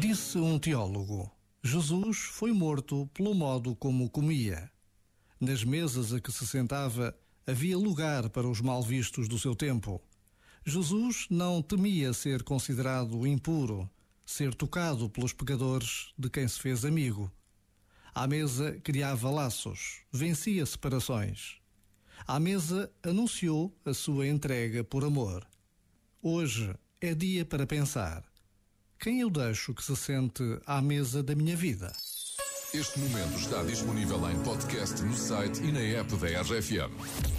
Disse um teólogo: Jesus foi morto pelo modo como comia. Nas mesas a que se sentava havia lugar para os mal vistos do seu tempo. Jesus não temia ser considerado impuro, ser tocado pelos pecadores de quem se fez amigo. À mesa criava laços, vencia separações. À mesa anunciou a sua entrega por amor. Hoje é dia para pensar: quem eu deixo que se sente à mesa da minha vida? Este momento está disponível em podcast no site e na app da RFM.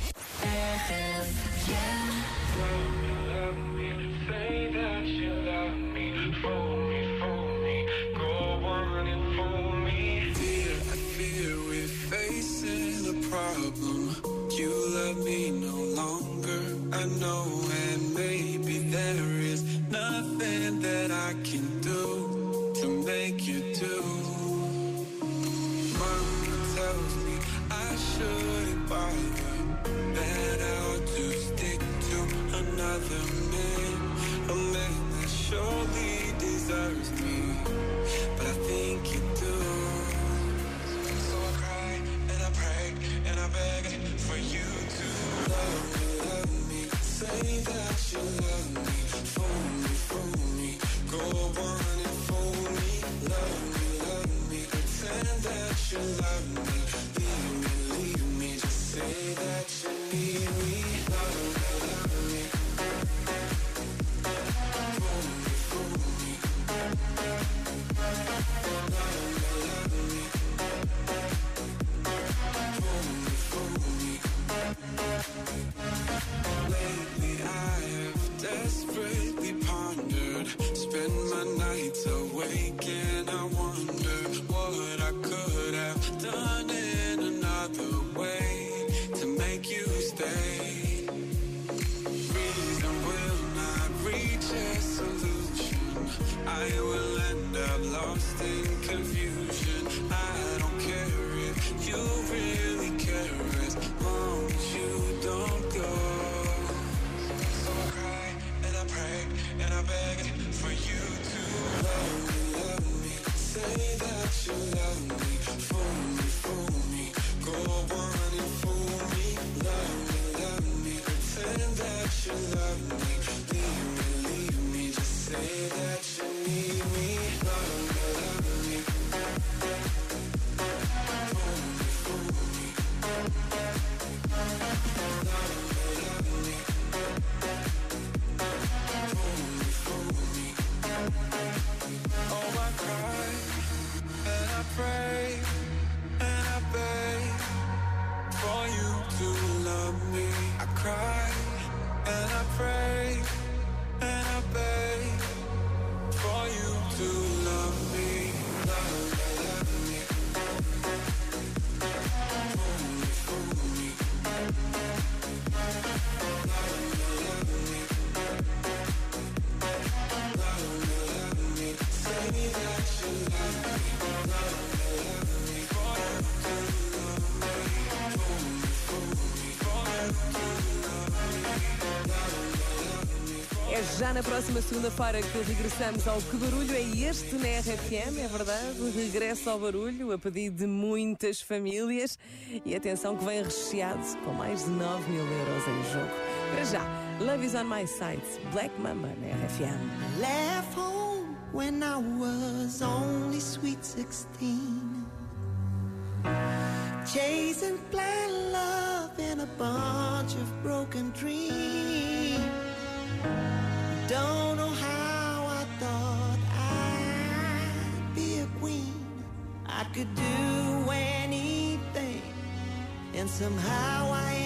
You love me no longer, I know, and maybe there is nothing that I can do to make you do. Mama tells me I shouldn't bother, that I'll just stick to another man, a man that surely deserves me, but I think you do. So I cry and I pray and I beg for you to love me, say that you love me, fool me, go on and fool me, love me, pretend that you love me, leave me, just say that you need me, love me, fool me, desperately pondered, spend my nights awake and I wonder what I could have done in another way to make you stay. Reason will not reach a solution, I will end up lost in confusion. I don't care if you really care as long as you don't go. And I beg for you to love me, say that you love me, fool me, go on and fool me, love me, pretend that you love me, leave me, just say that you need me, love me, pray and I beg for you to love me. I cry and I pray and I beg for you to love me. Love me. Fool me. Love me. Say that you love me. É já na próxima segunda-feira que regressamos ao Que Barulho é Este na RFM, é verdade? O regresso ao barulho, a pedido de muitas famílias. E atenção que vem recheado com mais de 9 mil euros em jogo. Para já, Love is on my side, Black Mama na RFM. Left home when I was only sweet 16, chasing blind love in a bunch of broken dreams. Don't know how I thought I'd be a queen. I could do anything, and somehow I